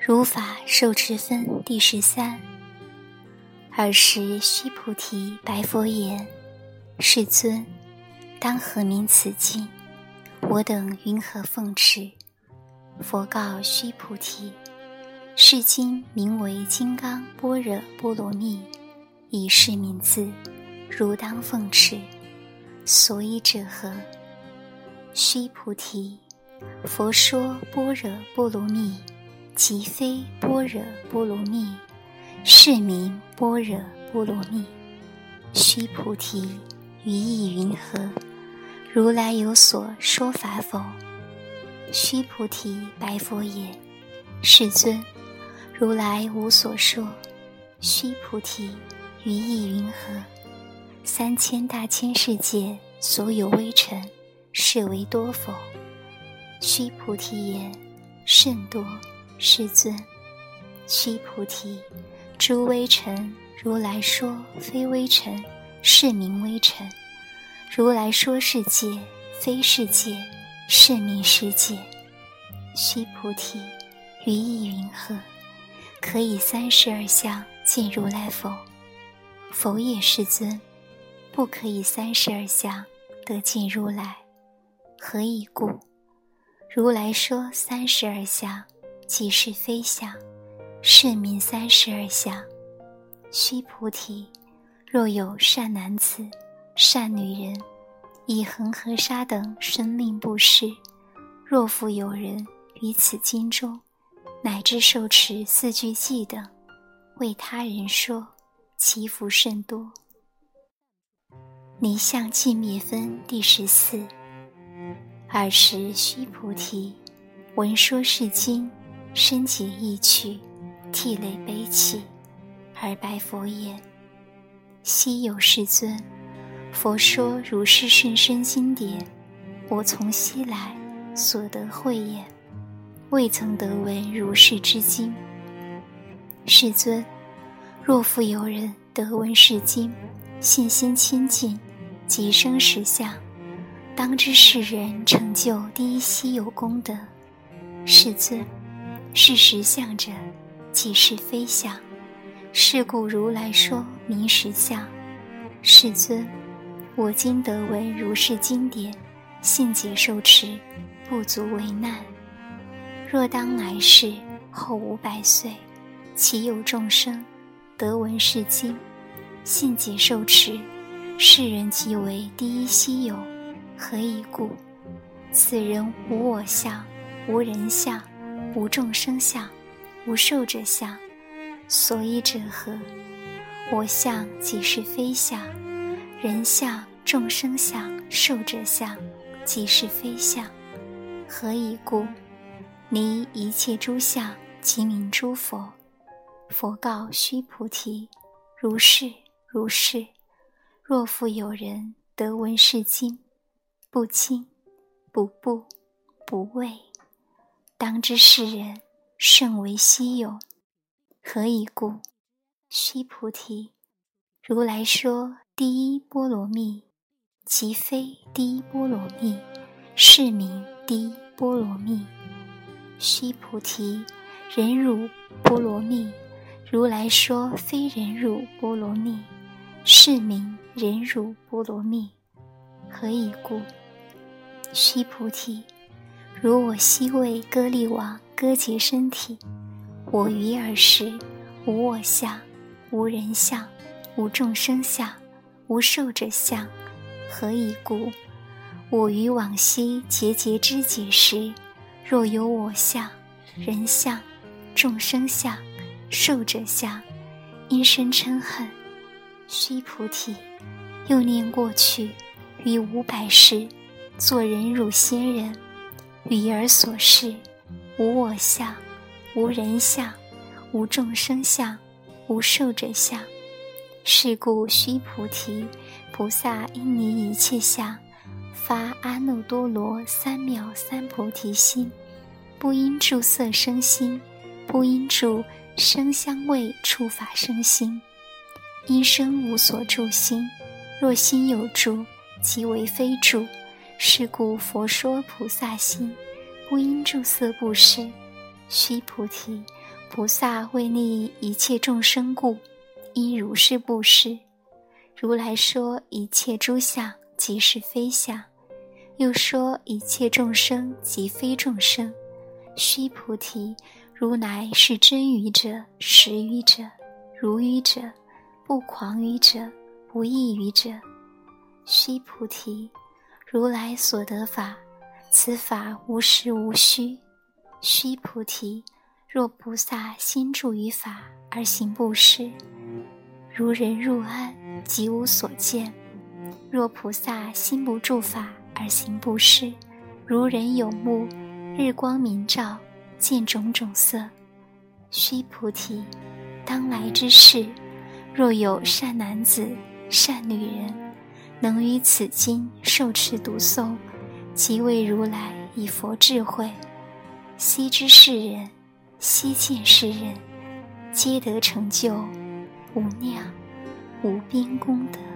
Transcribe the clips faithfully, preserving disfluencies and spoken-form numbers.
如法受持分第十三。尔时须菩提白佛言：世尊，当何名此经？我等云何奉持？佛告须菩提：是经名为金刚般若波罗蜜，以是名字，汝当奉持。所以者何？须菩提，佛说般若波罗蜜，即非般若波罗蜜，是名般若波罗蜜。须菩提，于意云何？如来有所说法否？须菩提白佛言：世尊，如来无所说。须菩提，于意云何？三千大千世界所有微尘，是为多否？须菩提言：甚多，世尊。须菩提，诸微尘，如来说非微尘，是名微尘；如来说世界，非世界，是名世界。须菩提，于意云何？可以三十二相见如来否？否也，世尊。不可以三十二相得见如来。何以故？如来说三十二相，即是非相，是名三十二相。须菩提，若有善男子、善女人，以恒河沙等生命布施，若复有人于此经中，乃至受持四句偈等，为他人说，其福甚多。离相寂灭分第十四。尔时须菩提，闻说是经，深解意趣，涕泪悲泣，而白佛言：昔有世尊，佛说如是甚深经典，我从昔来所得慧眼，未曾得闻如是之经。世尊，若复有人得闻是经，信心清净，即生实相，当知是人成就第一稀有功德。世尊，是实相者，即是非相，是故如来说名实相。世尊，我今得闻如是经典，信解受持，不足为难。若当来世后五百岁，其有众生得闻是经，信解受持，是人即为第一稀有。何以故？此人无我相，无人相，无众生相，无寿者相。所以者何？我相即是非相，人相、众生相、寿者相，即是非相。何以故？离一切诸相，即名诸佛。佛告须菩提：如是，如是。若复有人得闻是经，不亲，不怖，不畏，当知是人甚为稀有。何以故？须菩提，如来说第一波罗蜜，即非第一波罗蜜，是名第一波罗蜜。须菩提，忍辱波罗蜜，如来说非忍辱波罗蜜，是名忍辱波罗蜜。何以故？须菩提，如我昔为歌利王割截身体，我于尔时无我相，无人相，无众生相，无寿者相。何以故？我于往昔节节肢解时，若有我相、人相、众生相、寿者相，因生嗔恨。须菩提，又念过去于五百世作忍辱仙人，与尔所示，无我相，无人相，无众生相，无寿者相。是故须菩提，菩萨应离一切相，发阿耨多罗三藐三菩提心，不应住色生心，不应住声香味触法生心。因生无所住心，若心有住，即为非住。是故佛说菩萨心，不应住色布施。须菩提， 菩萨为利益一切众生故，因如是布施。如来说一切诸相即是非相，又说一切众生即非众生。须菩提，如来是真语者、实语者、如语者、不诳语者、不异语者。须菩提，如来所得法，此法无实无虚。须菩提，若菩萨心住于法而行布施，如人入暗，即无所见；若菩萨心不住法而行布施，如人有目，日光明照，见种种色。须菩提，当来之世，若有善男子、善女人，能于此经受持读诵，即为如来以佛智慧，悉知世人，悉见世人，皆得成就无量无边功德。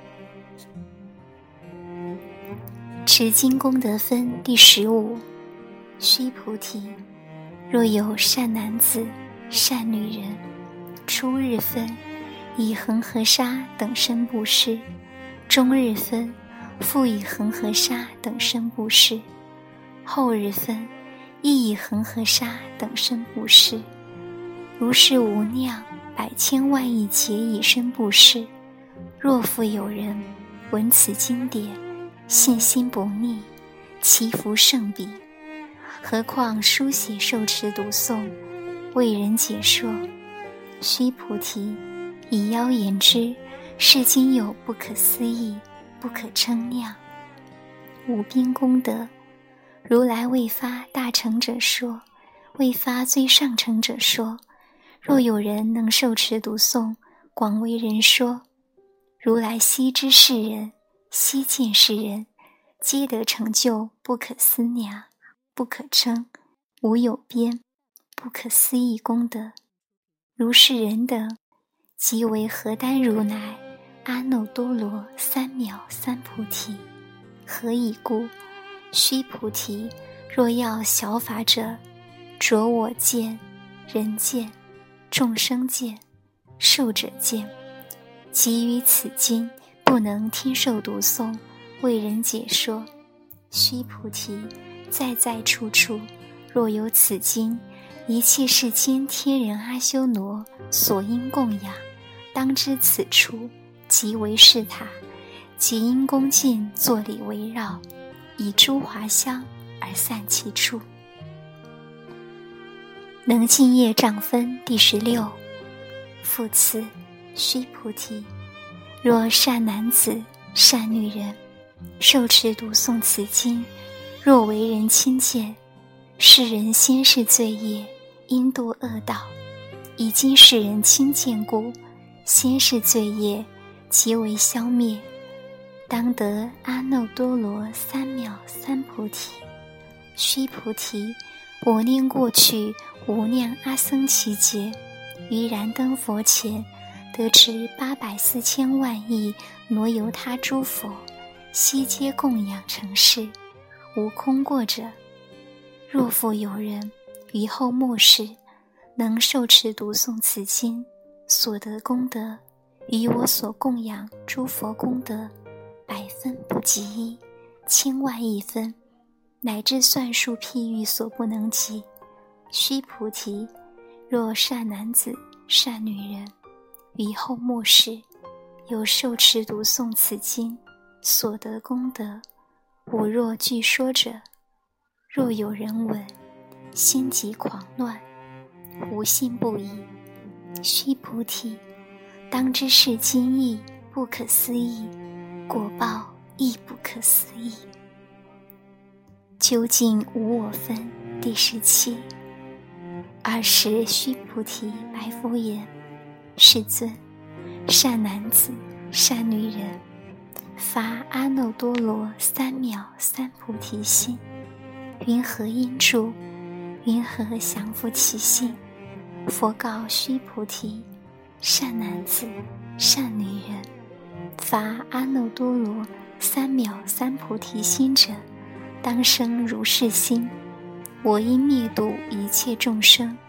持经功德分第十五。须菩提，若有善男子、善女人，初日分以恒河沙等身布施，中日分复以恒河沙等身布施，后日分亦以恒河沙等身布施，如是无量百千万亿劫以身布施。若复有人闻此经典，信心不逆，其福甚彼。何况书写受持读诵，为人解说。须菩提，以妖言之，是经有不可思议、不可称量、无边功德。如来为发大乘者说，为发最上乘者说。若有人能受持读诵，广为人说，如来悉知世人，悉见世人，皆得成就不可思量、不可称、无有边、不可思议功德。如是人等，即为何丹如来、阿耨多罗三藐三菩提。何以故？须菩提，若要小法者，着我见、人见、众生见、寿者见，即于此经不能听受读诵，为人解说。须菩提，在在处处，若有此经，一切世间天人阿修罗所应供养，当知此处即为是塔，即应恭敬作礼围绕，以诸华香而散其处。能尽业障分第十六。复次，须菩提，若善男子、善女人，受持读诵此经，若为人亲见，世人先世罪业，因堕恶道，以今世人亲见故，先世罪业即为消灭，当得阿耨多罗三藐三菩提。须菩提，我念过去无量阿僧祇劫，于燃灯佛前得持八百四千万亿挪游他诸佛，悉皆供养成事，无空过者。若复有人于后末世能受持读诵此经，所得功德，与我所供养诸佛功德百分不及一，千万亿分，乃至算数譬喻所不能及。须菩提，若善男子、善女人，于后末世有受持读诵此经，所得功德，我若具说者，若有人闻，心即狂乱，无信不疑。须菩提，当知是经义不可思议，果报亦不可思议。究竟无我分第十七。尔时须菩提白佛言：世尊，善男子、善女人，发阿耨多罗三藐三菩提心，云何因住？云何降伏其心？佛告须菩提：善男子、善女人，发阿耨多罗三藐三菩提心者，当生如是心。我因灭度一切众生，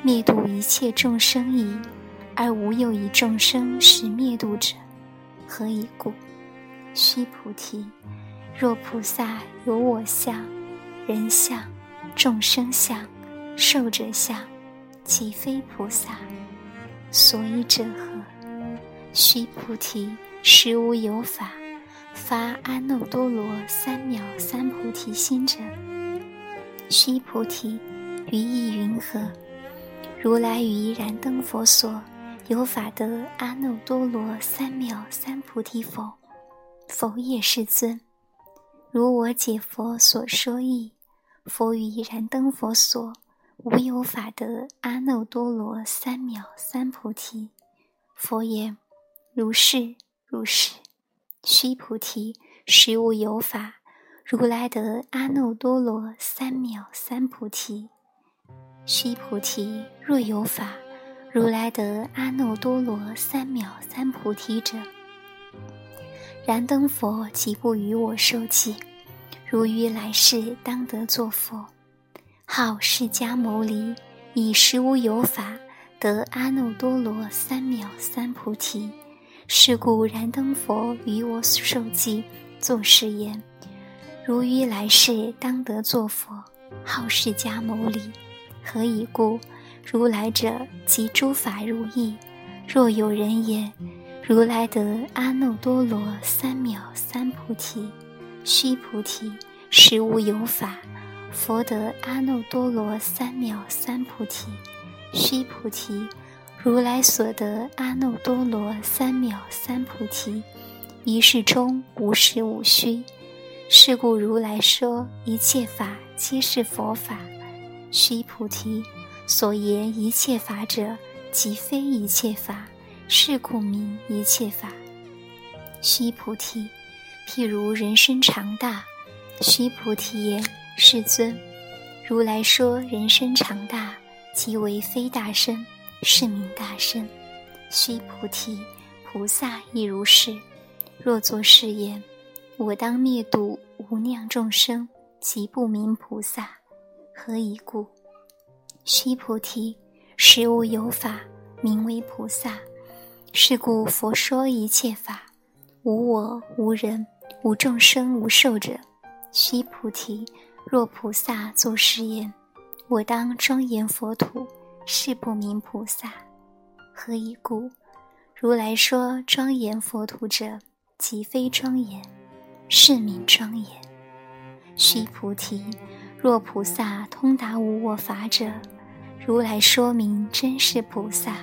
灭度一切众生矣，而无有一众生是灭度者，何以故？须菩提，若菩萨有我相、人相、众生相、寿者相，即非菩萨。所以者何？须菩提，实无有法发阿耨多罗三藐三菩提心者。须菩提，于意云何？如来于依然灯佛所有法得阿耨多罗三藐三菩提否？否也，世尊。如我解佛所说义，佛于依然灯佛所无有法得阿耨多罗三藐三菩提。佛言：如是如是。须菩提，实无有法如来得阿耨多罗三藐三菩提。须菩提，若有法如来得阿耨多罗三藐三菩提者，燃灯佛即不与我受记，如于来世当得作佛，号释迦牟尼，以实无有法得阿耨多罗三藐三菩提。是故燃灯佛与我受记，作是言：如于来世当得作佛，号释迦牟尼。何以故？如来者，即诸法如意。若有人言：如来得阿耨多罗三藐三菩提。须菩提，实无有法佛得阿耨多罗三藐三菩提。须菩提，如来所得阿耨多罗三藐三菩提，一世中无实无虚。是故如来说一切法皆是佛法。须菩提，所言一切法者，即非一切法，是故名一切法。须菩提，譬如人身长大。须菩提言：世尊，如来说人身长大，即为非大身，是名大身。须菩提，菩萨亦如是。若作是言：我当灭度无量众生，即不名菩萨。何以故？须菩提，实无有法名为菩萨。是故佛说一切法，无我无人无众生无寿者。须菩提，若菩萨作是言：我当庄严佛土，是不名菩萨。何以故？如来说庄严佛土者，即非庄严，是名庄严。须菩提，若菩萨通达无我法者，如来说明真是菩萨。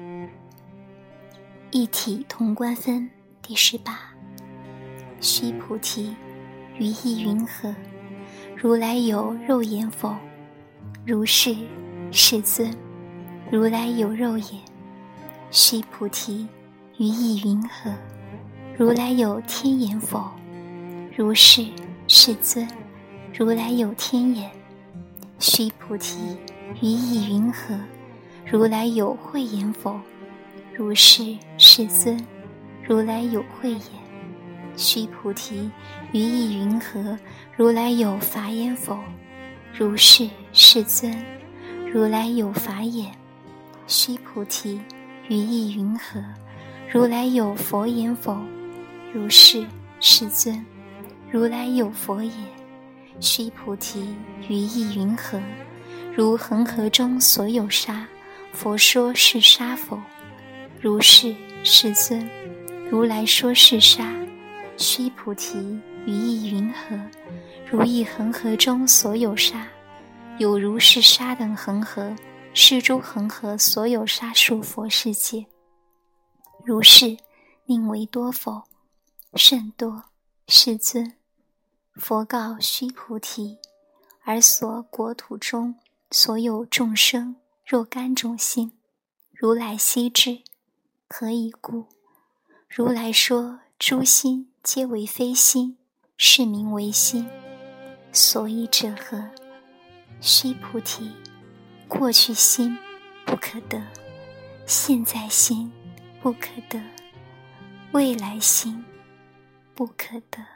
一体同观分第十八。须菩提，于意云何？如来有肉眼否？如是，世尊。如来有肉眼。须菩提，于意云何？如来有天眼否？如是，世尊。如来有天眼。须菩提，于意云何？如来有慧眼否？如是，世尊。如来有慧眼。须菩提，于意云何？如来有法眼否？如是，世尊。如来有法眼。须菩提，于意云何？如来有佛眼否？如是，世尊。如来有佛眼。须菩提，于意云何？如恒河中所有沙，佛说是沙否？如是，世尊。如来说是沙。须菩提，于意云何？如意恒河中所有沙，有如是沙等恒河，是诸恒河所有沙数佛世界。如是，宁为多否？甚多，世尊。佛告须菩提：而所国土中所有众生若干种心，如来悉知。何以故？如来说诸心皆为非心，是名为心。所以者何？须菩提，过去心不可得，现在心不可得，未来心不可得。